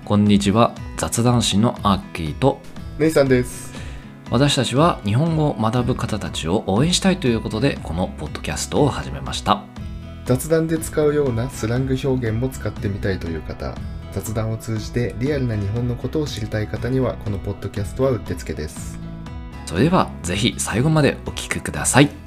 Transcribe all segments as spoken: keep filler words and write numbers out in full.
こんにちは。雑談師のアッキーとネイさんです。 私たちは日本語を学ぶ方たちを応援したいということでこのポッドキャストを始めました。 雑談で使うようなスラング表現も使ってみたいという方、雑談を通じてリアルな日本のことを知りたい方にはこのポッドキャストはうってつけです。 それではぜひ最後までお聞きください。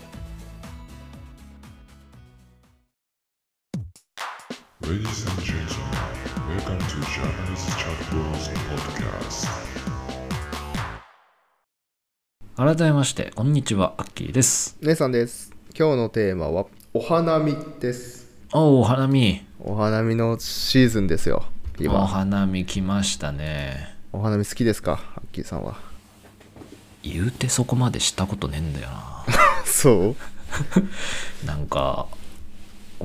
Ladies and gentlemen, welcome to Japanese Chat Bros Podcast. 改めましてこんにちは、アッキーです。 ネイさんです。今日のテーマはお花見です。 おお花見お花見のシーズンですよ今。 お花見来ましたね。 お花見好きですか、アッキーさんは。 言うてそこまでしたことねえんだよなそうなんかうー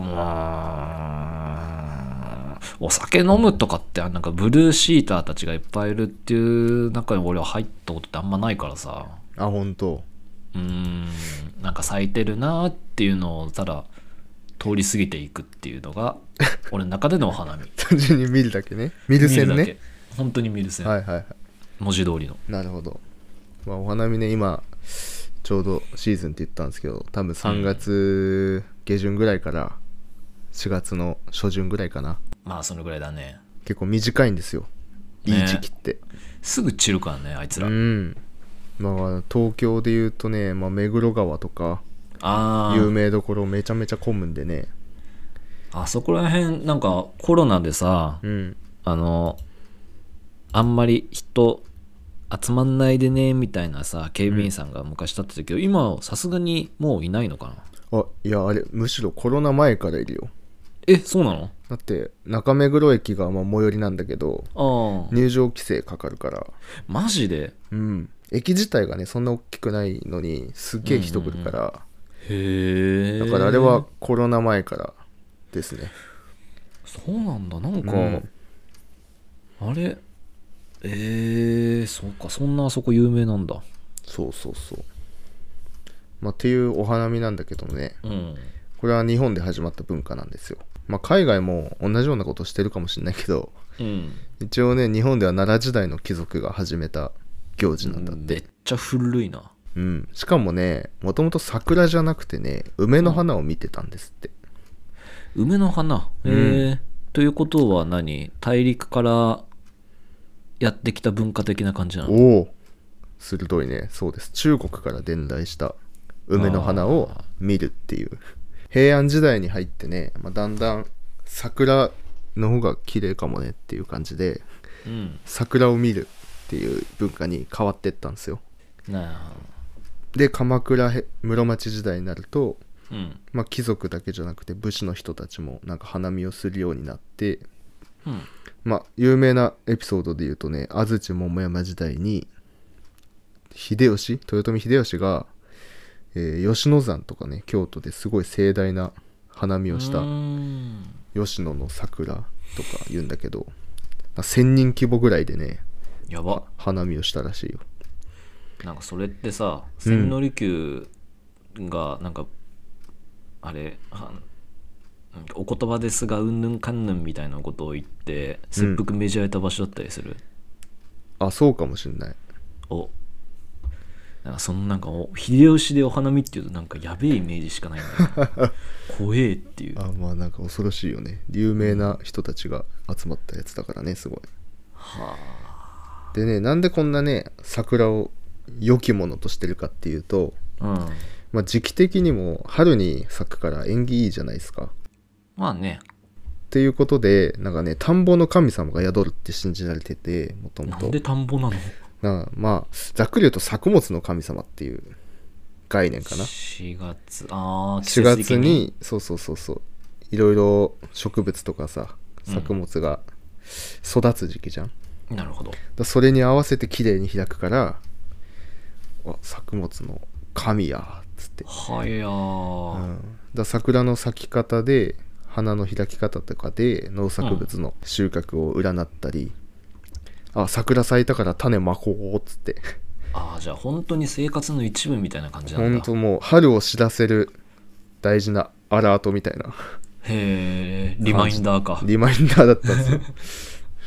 んお酒飲むとかってなんかブルーシーターたちがいっぱいいるっていう中に俺は入ったことってあんまないからさ。 あ、本当。 うーんなんか咲いてるなっていうのをただ通り過ぎていくっていうのが俺の中でのお花見。 単純に見るだけね。見る線ね。 見るだけ本当に見る線、 はいはいはい。 文字通りの。 なるほど。まあ、お花見ね、今ちょうどシーズンって言ったんですけど、多分さんがつ下旬ぐらいからしがつの初旬ぐらいかな。 まあそのぐらいだね。 結構短いんですよ、いい時期って、ね、 すぐ散るからねあいつら。 うんまあ東京で言うとね、まあ、目黒川とかあ有名どころめちゃめちゃ混むんでね。 あそこら辺なんかコロナでさ、 うん、 あのあんまり人集まんないでねみたいなさ警備員さんが昔立ってたけど、うん、今さすがにもういないのかなあ。いやあれむしろコロナ前からいるよ。 え、そうなの？ だって中目黒駅がまあ最寄りなんだけど、 あ入場規制かかるから。 マジで？ うん駅自体がねそんな大きくないのにすっげえ人来るから、うんうんうん、 へえ。 だからあれはコロナ前からですね。 そうなんだ。なんか、 うん、 あれえー、そうか、そんなあそこ有名なんだ。 そうそうそうまあっていうお花見なんだけどね、 うん、 これは日本で始まった文化なんですよ。まあ海外も同じようなことしてるかもしれないけど、 うん、 一応ね日本では奈良時代の貴族が始めた行事なんだって、うん、 めっちゃ古いな。 うん、しかもねもともと桜じゃなくてね梅の花を見てたんですって、 うん、梅の花、えーうん、ということは何、大陸からやってきた文化的な感じなの？ おお鋭いね。そうです、中国から伝来した梅の花を見るっていう。平安時代に入ってね、まあ、だんだん桜の方が綺麗かもねっていう感じで、うん、桜を見るっていう文化に変わっていったんですよ。 なで鎌倉室町時代になると、 うんまあ、貴族だけじゃなくて武士の人たちもなんか花見をするようになって、うんまあ、有名なエピソードで言うとね、安土桃山時代に秀吉豊臣秀吉が、えー、吉野山とかね京都ですごい盛大な花見をした吉野の桜とか言うんだけど、せんにん規模ぐらいでねやば花見をしたらしいよ。 なんかそれってさ、千利休がなんか、うん、あれお言葉ですがうんぬんかんぬんみたいなことを言って切腹命じられた場所だったりする、 うん、あそうかもしんない。 おなんかそのなんか秀吉でお花見っていうとなんかやべえイメージしかないんだよ怖えっていう。 あまあなんか恐ろしいよね。有名な人たちが集まったやつだからね、すごい。 はあ。 でね、なんでこんなね桜を良きものとしてるかっていうと、うんまあ、時期的にも春に咲くから縁起いいじゃないですか。 まあね。 っていうことでなんかね田んぼの神様が宿るって信じられてて、もともと。 なんで田んぼなの？ なまあざっくり言うと作物の神様っていう概念かな。 しがつあしがつにそうそうそうそういろいろ植物とかさ作物が育つ時期じゃん、 うん、なるほど。 だそれに合わせて綺麗に開くから作物の神やっつって。 はやー、 うん、だ桜の咲き方で花の開き方とかで農作物の収穫を占ったり、うん、あ桜咲いたから種まこうっつって。 ああじゃあ本当に生活の一部みたいな感じなんだ。 本当もう春を知らせる大事なアラートみたいな。 へえリマインダーか。 リマインダーだったんですよ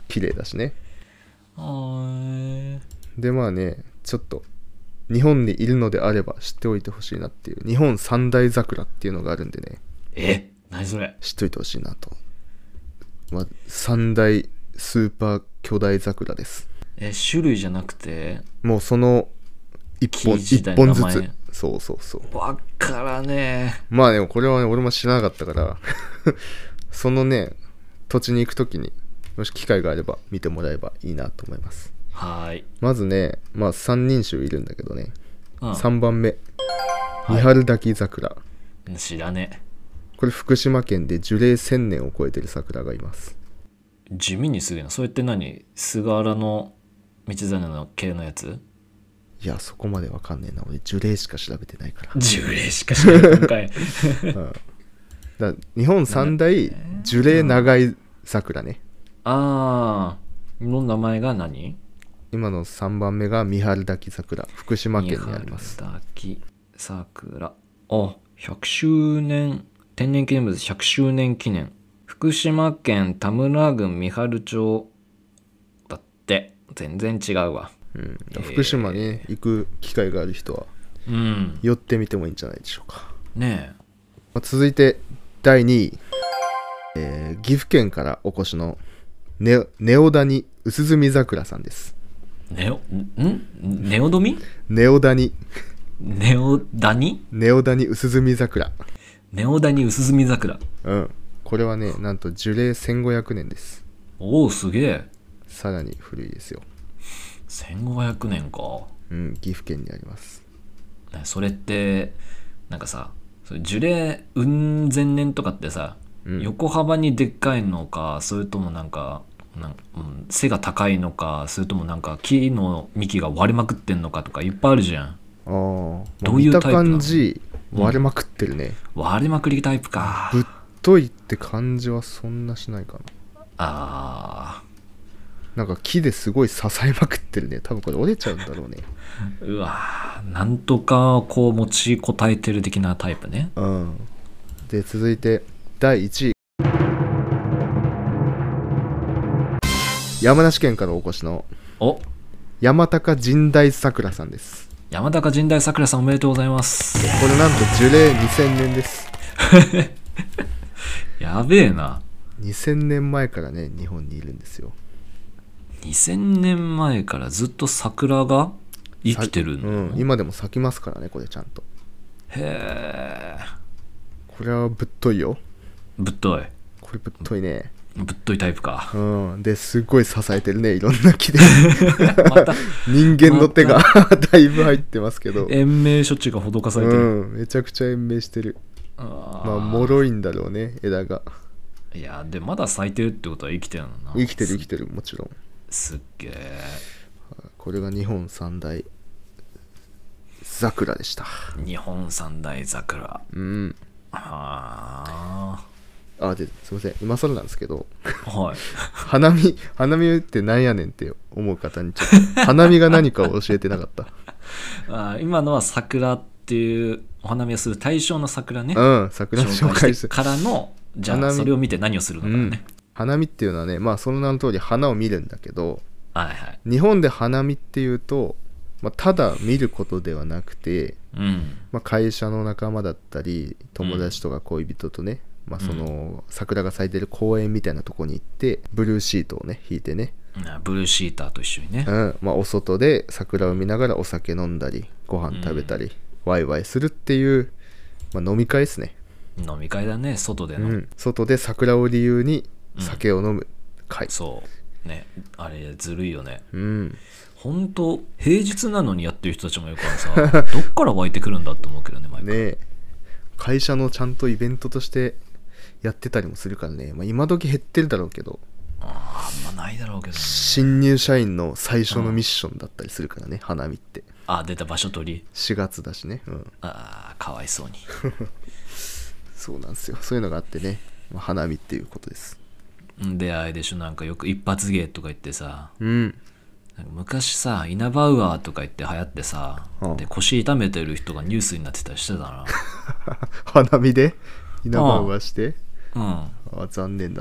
綺麗だしね。 はでまあねちょっと日本にいるのであれば知っておいてほしいなっていう日本三大桜っていうのがあるんでね、 え何それ。 知っといてほしいなと。まあ、三大スーパー巨大桜です。 え種類じゃなくてもうその一本木自一本ず体の名前つ。そうそうそう。 わからねまあでもこれはね俺も知らなかったからそのね土地に行くときにもし機会があれば見てもらえばいいなと思います。 え。はーい、 まずねまあ三人衆いるんだけどね、 うん、 さんばんめはい三春滝桜、 知らねこれ福島県で樹齢せんねんを超えてる桜がいます。 え。地味にすげえな。それって何、菅原の道真の系のやつ。 いやそこまでわかんねえな、俺樹齢しか調べてないから樹齢しか知らないんかい。 うんだ日本三大樹齢長い桜ね。 あーの名前が何。 今のさんばんめが三春滝桜、福島県にあります。 三春滝桜。あ、ひゃくしゅうねん天然記念物ひゃくしゅうねん記念、福島県田村郡三春町だって。全然違うわ。 うん、福島に、ね、行く機会がある人はうん寄ってみてもいいんじゃないでしょうか。 ねまあ、続いてだいにい、えー岐阜県からお越しのネネオダニ薄墨桜さんです。 え。ネオんネオドミネオダニネオダニネオダニ薄墨桜。 ネオダニ薄墨桜。 うんこれはねなんと樹齢せんごひゃくねんです。 おおすげえ。 さらに古いですよ。 せんごひゃくねんか。 うん岐阜県にあります。 ねそれってなんかさ、それ樹齢うん千年とかってさ、 うん、 横幅にでっかいのか、それともなんかなん、うん、背が高いのか、それともなんか木の幹が割れまくってんのかとかいっぱいあるじゃん。 ああ、 どういう見たタイプなの。 感じ割れまくってるね、 割れまくりタイプか。 ぶっといって感じはそんなしないかな。 あなんか木ですごい支えまくってるね。多分これ折れちゃうんだろうね。 ーうわー、なんとかこう持ちこたえてる的なタイプね。 うんで続いてだいいちい、山梨県からお越しのお山高神代桜さんです。 山高神代桜さんおめでとうございます。 これなんと樹齢にせんねんです。 やべえな。 にせんねんまえからね日本にいるんですよ。 にせんねんまえからずっと桜が生きてるの、 うん、今でも咲きますからねこれちゃんと。 へえ。 これはぶっといよ。 ぶっとい。 これぶっといね。 ぶっといタイプか。 うんですごい支えてるねいろんな木で。 また人間の手がだいぶ入ってますけど延命処置が施されてる。 うんめちゃくちゃ延命してる。 あまあ脆いんだろうね枝が。 いやでまだ咲いてるってことは生きてるのな。 生きてる生きてるもちろん。 すっげえ。 これが日本三大桜でした。 日本三大桜。 うんああですいません今更なんですけどあはい。 花見花見ってなんやねんって思う方にちょっと花見が何かを教えてなかった。 あ今のは桜っていうお花見をする対象の桜ね、 うん桜の紹紹介介するしてからのじゃ花見あそれを見て何をするのかね、 うん花見っていうのはねまあその名の通り花を見るんだけど、 はいはい。 日本で花見っていうと、まあ、ただ見ることではなくて、 うんまあ、会社の仲間だったり友達とか恋人とね、まあ、その桜が咲いてる公園みたいなとこに行ってブルーシートをね引いてね、 ブルーシーターと一緒にね、 うんまあ、お外で桜を見ながらお酒飲んだりご飯食べたり、ワイワイするっていう、まあ、飲み会ですね。 飲み会だね、外での、 うん、外で桜を理由に酒を飲む会、 そうね、あれずるいよね。 うんほんと平日なのにやってる人たちもいるからさどっから湧いてくるんだって思うけどね毎回ねえ会社のちゃんとイベントとしてやってたりもするからね、まあ、今時減ってるだろうけど、 ああんまないだろうけどね。 新入社員の最初のミッションだったりするからね、花見ってあ出た場所取り、 しがつだしね、うん、 ああかわいそうにそうなんですよ。そういうのがあってね、まあ、花見っていうことです。 であれでしょ、なんかよく一発芸とか言ってさ、 うんなんか昔さイナバウアーとか言って流行ってさ、 うんで腰痛めてる人がニュースになってたりしてたな花見で稲葉をして、 うんあ残念だね。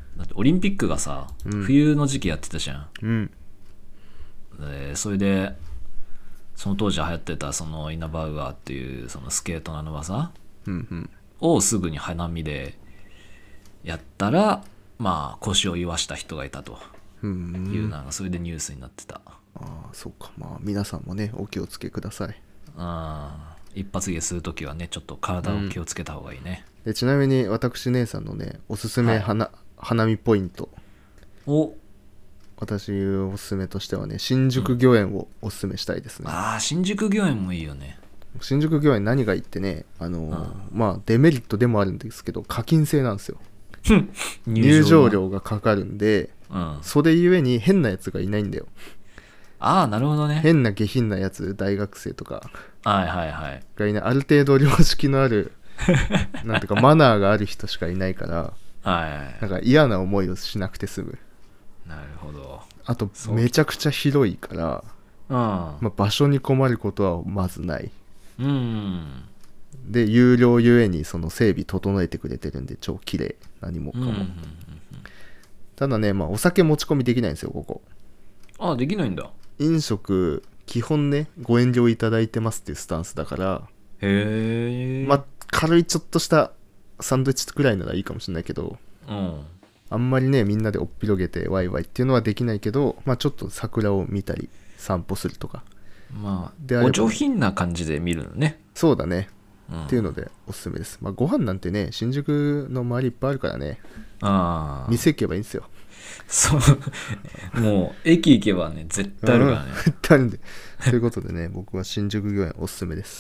だってオリンピックがさ、 うん、 冬の時期やってたじゃん。 うん、 でそれでその当時流行ってたそのイナバウアーっていうそのスケートのあの技うんうんをすぐに花見でやったら、まあ腰を言わした人がいたとうんいう、なんかそれでニュースになってた。 ああそうか。まあ皆さんもねお気をつけください。 あ一発芸するときはねちょっと体を気をつけた方がいいね。 でちなみに私姉さんのねおすすめ花、はい、花見ポイント、 お私おすすめとしてはね新宿御苑をおすすめしたいですね、 うん、ああ新宿御苑もいいよね。 新宿御苑何がいいってね、あの、うん、まあデメリットでもあるんですけど課金制なんですよ入場料がかかるんで、うん、それゆえに変なやつがいないんだよ。 ああなるほどね。 変な下品なやつ大学生とかはいはいはいがいない、ある程度良識のあるなんていうかマナーがある人しかいないから、 はい、はい、 なんか嫌な思いをしなくて済む。 なるほど。 あとめちゃくちゃ広いから、うんまあ、場所に困ることはまずない。うんで有料ゆえにその整備整えてくれてるんで超綺麗何もかも、うんうんうんうん、ただね、まあ、お酒持ち込みできないんですよここ。 ああできないんだ。 飲食基本ねご遠慮いただいてますっていうスタンスだから、 へえ。 まあ軽いちょっとしたサンドイッチくらいならいいかもしれないけど、うん、あんまりねみんなでおっぴろげてワイワイっていうのはできないけど、まあちょっと桜を見たり散歩するとか、 まあお上品な感じで見るのね。 そうだね、うん、っていうのでおすすめです。まあご飯なんてね新宿の周りいっぱいあるからね、あ店行けばいいんですよ。 そうもう駅行けばね絶対あるからね、うん、 絶対あるんでということでね僕は新宿御苑おすすめです。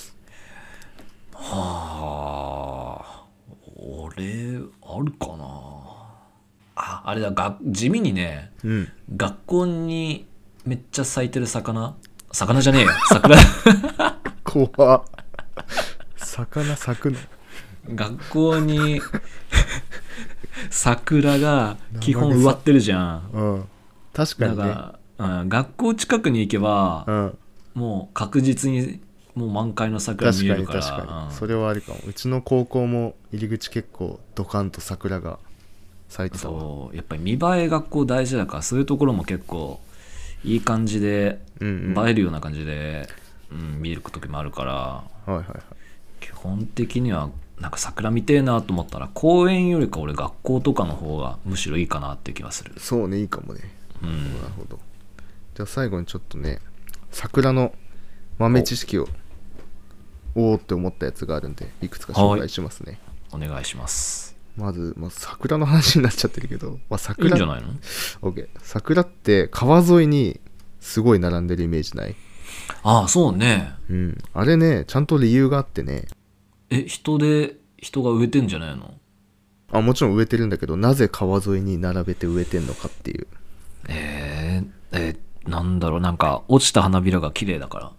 はあ俺あるかなあ。あれだが地味にね、うん、学校にめっちゃ咲いてる魚魚じゃねえよ桜怖っ魚咲くの学校に桜が基本植わってるじゃん、うん、 確かにね。 だから、うん、学校近くに行けば、うん、もう確実にもう満開の桜見えるから。 確かに確かに、うん、それはあるかも。うちの高校も入り口結構ドカンと桜が咲いてたわ。 そうやっぱり見栄え学校大事だから、そういうところも結構いい感じで、うんうん、映えるような感じで、うん、見える時もあるから、はいはいはい、基本的にはなんか桜見てえなと思ったら公園よりか俺学校とかの方がむしろいいかなって気がする。 そうねいいかもね、うん、なるほど。じゃあ最後にちょっとね桜の豆知識をおおって思ったやつがあるんでいくつか紹介しますね。 お願いします。 まず、まあ、桜の話になっちゃってるけど、まあ、桜いいんじゃないの？ OK。 桜って川沿いにすごい並んでるイメージない？ ああそうね、 うん、あれねちゃんと理由があってね。 え人で人が植えてんじゃないの？ あもちろん植えてるんだけど、なぜ川沿いに並べて植えてんのかっていう。 えー、えー、なんだろう、なんか落ちた花びらが綺麗だから。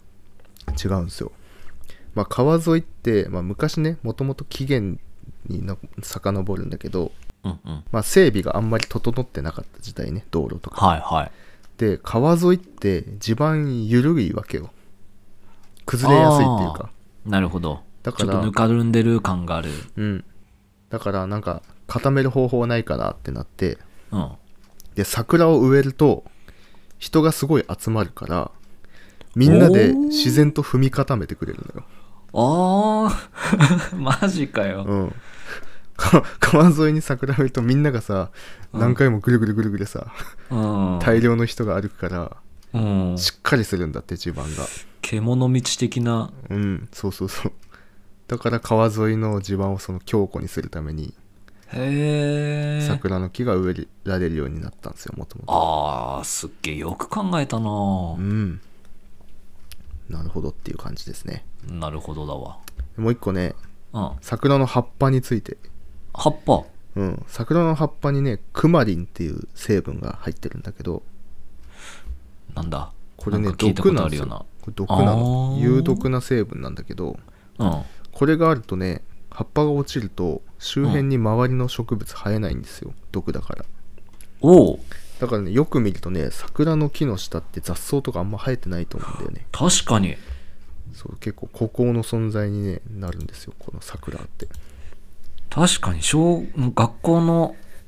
違うんですよ。まあ川沿いって、まあ、昔ねもともと起源にの遡るんだけど、うんうんまあ、整備があんまり整ってなかった時代ね、道路とか。 はいはい。 で川沿いって地盤緩いわけよ。崩れやすいっていうか。 なるほど。だからちょっとぬかるんでる感がある。 うん。だからなんか固める方法はないかなってなって、うん、で桜を植えると人がすごい集まるからみんなで自然と踏み固めてくれるのよ。 ああマジかよ。うん。 川沿いに桜植えるとみんながさ、うん、何回もぐるぐるぐるぐるさ、うん、大量の人が歩くから、うん、しっかりするんだって地盤が。 獣道的な。 うんそうそうそう。だから川沿いの地盤をその強固にするためにへー桜の木が植えられるようになったんですよもともと。 あーすっげえよく考えたな。うんなるほどっていう感じですね。 なるほどだわ。 もう一個ね、うん、桜の葉っぱについて。 葉っぱうん桜の葉っぱにねクマリンっていう成分が入ってるんだけど。 なんだこれね毒なんですよ。これ毒なの。有毒な成分なんだけど、うんこれがあるとね葉っぱが落ちると周辺に周りの植物生えないんですよ、うん、毒だから。おお。だからねよく見るとね桜の木の下って雑草とかあんま生えてないと思うんだよね。 確かにそう結構孤高の存在に、ね、なるんですよこの桜って。 確かに小学校の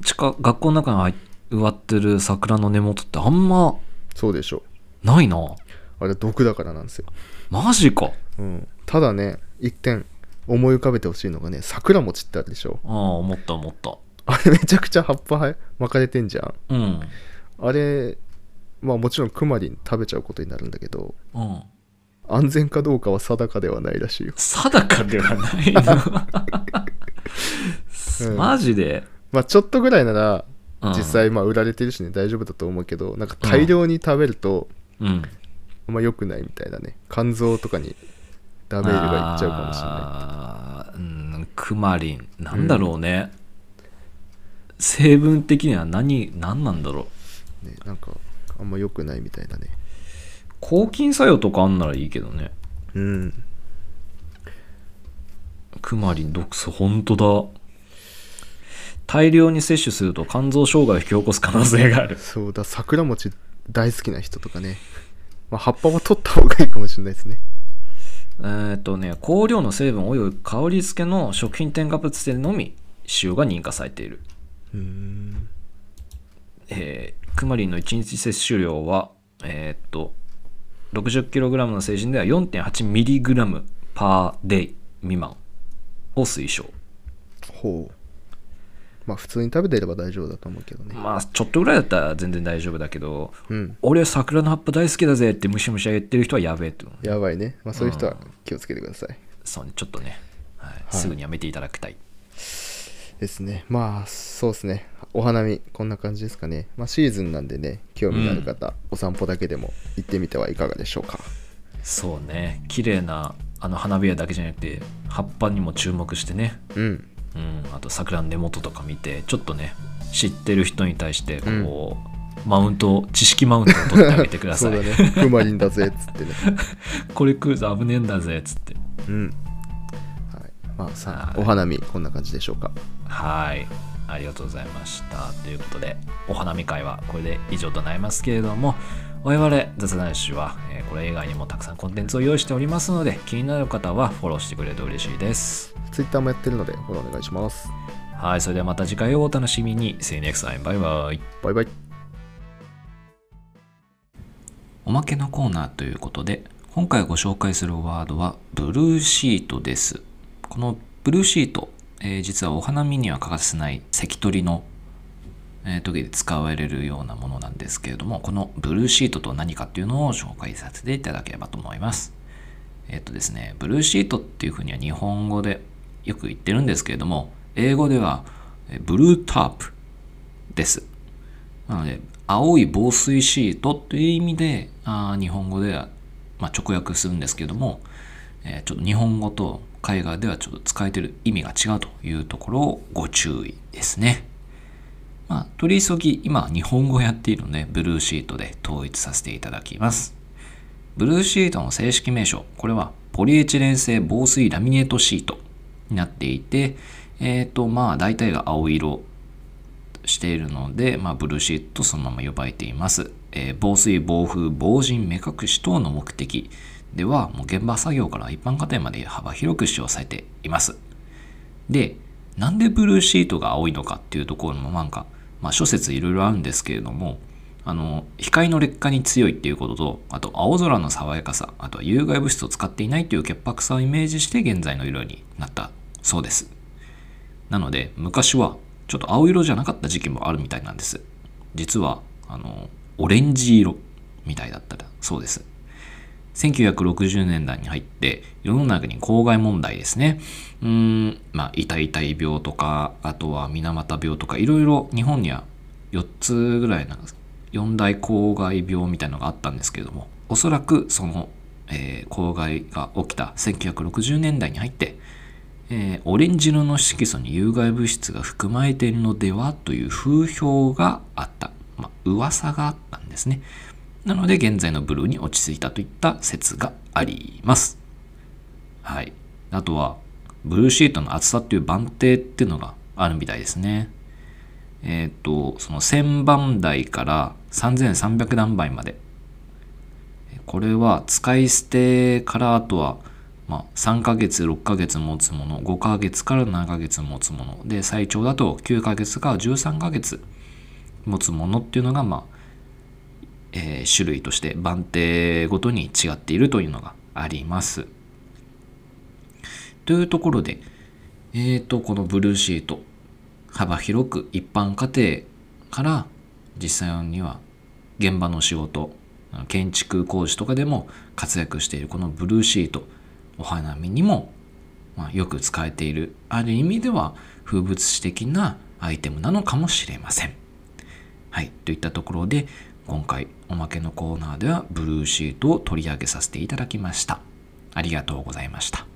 近学校の中に入っ植わってる桜の根元ってあんまそうでしょ。 ないな。 あれ毒だからなんですよ。 マジか。 うん、ただね一点思い浮かべてほしいのがね、桜餅ってあるでしょ。 ああ、思った思った。 あれめちゃくちゃ葉っぱは巻かれてんじゃん。 うん。 あれまあもちろんクマリン食べちゃうことになるんだけど、 うん。 安全かどうかは定かではないらしいよ。 定かではないの、うん、マジで。 まあちょっとぐらいならうん実際まあ売られてるしね大丈夫だと思うけど、なんか大量に食べるとうん。 あんま良くないみたいなね。肝臓とかにダメージがいっちゃうかもしれない。 あー、うん、クマリンなんだろうね、うん、成分的には何何なんだろう、ね、なんかあんま良くないみたいなね。 抗菌作用とかあんならいいけどね。 うん。 クマリン毒素本当だ。大量に摂取すると肝臓障害を引き起こす可能性がある。 そうだ、桜餅大好きな人とかね、まあ、葉っぱは取った方がいいかもしれないですね。 えーっとね、香料の成分および香り付けの食品添加物でのみ使用が認可されている。 うーん、 えー、クマリンのいちにち摂取量は、えーっと ろくじゅっキログラム の成人では よんてんはちミリグラム per day 未満を推奨。 ほう。まあ普通に食べていれば大丈夫だと思うけどね。 まあちょっとぐらいだったら全然大丈夫だけど、 うん、 俺は桜の葉っぱ大好きだぜってむしゃむしゃ言ってる人はやべえって。 やばいね。まあそういう人は気をつけてください。うん、 そうね、ちょっとね、はいはい、 すぐにやめていただきたいですね。まあそうですね。お花見こんな感じですかね。まあシーズンなんでね、興味のある方、うん、お散歩だけでも行ってみてはいかがでしょうか。 そうね、綺麗なあの花びらだけじゃなくて葉っぱにも注目してね、 うん、 うん、あと桜の根元とか見てちょっとね知ってる人に対してこう、うん、マウント知識マウントを取ってあげてください。 そうだね、クマリンだぜっつってねこれ食うぞ危ねえんだぜっつって。 うん、はい、まあさあお花見こんな感じでしょうか。 はい、ありがとうございました。ということでお花見会はこれで以上となりますけれども、我々雑談師は、えー、これ以外にもたくさんコンテンツを用意しておりますので、気になる方はフォローしてくれると嬉しいです。 ツイッターもやってるのでフォローお願いします。 はい、それではまた次回をお楽しみに。See you next time. バイバイ。 バイバイ。 おまけのコーナーということで、今回ご紹介するワードはブルーシートです。このブルーシート、えー、実はお花見には欠かせない席取りの、えー、時で使われるようなものなんですけれども、このブルーシートと何かっていうのを紹介させていただければと思います。えっとですね、ブルーシートっていうふうには日本語でよく言ってるんですけれども、英語ではブルータープです。なので、青い防水シートという意味で、あ日本語では、まあ、直訳するんですけれども、えー、ちょっと日本語と海外ではちょっと使えている意味が違うというところをご注意ですね。まあ、取り急ぎ、今日本語をやっているので、ブルーシートで統一させていただきます。ブルーシートの正式名称、これはポリエチレン製防水ラミネートシートになっていて、えっと、まあ、大体が青色しているので、まあ、ブルーシートとそのまま呼ばれています。えー、防水、防風、防塵、目隠し等の目的では、もう現場作業から一般家庭まで幅広く使用されています。で、なんでブルーシートが青いのかっていうところもなんか、まあ、諸説いろいろあるんですけれども、あの光の劣化に強いっていうことと、あと青空の爽やかさ、あとは有害物質を使っていないという潔白さをイメージして現在の色になったそうです。なので昔はちょっと青色じゃなかった時期もあるみたいなんです。実はあのオレンジ色みたいだったらそうです。せんきゅうひゃくろくじゅうねんだいに入って世の中に公害問題ですね。うーん、まあ痛々病とか、あとは水俣病とか、いろいろ日本にはよっつぐらいなんです四大公害病みたいなのがあったんですけれども、おそらくその、えー、公害が起きたせんきゅうひゃくろくじゅうねんだいに入って、えー、オレンジ色の色素に有害物質が含まれているのではという風評があった、まあ、噂があったんですね。なので現在のブルーに落ち着いたといった説があります。はい。あとはブルーシートの厚さっていう番手っていうのがあるみたいですね。えっと、そのせんばんだいからさんぜんさんびゃくだんばいまで。これは使い捨てからあとは、 まあ、さんかげつろっかげつ持つもの、ごかげつからななかげつ持つもので、最長だときゅうかげつからじゅうさんかげつ持つものっていうのが、まあえー、種類として番手ごとに違っているというのがあります。というところで、えーとこのブルーシート、幅広く一般家庭から実際には現場の仕事、建築工事とかでも活躍しているこのブルーシート、お花見にもまあよく使えている、ある意味では風物詩的なアイテムなのかもしれません。はい、といったところで今回おまけのコーナーではブルーシートを取り上げさせていただきました。ありがとうございました。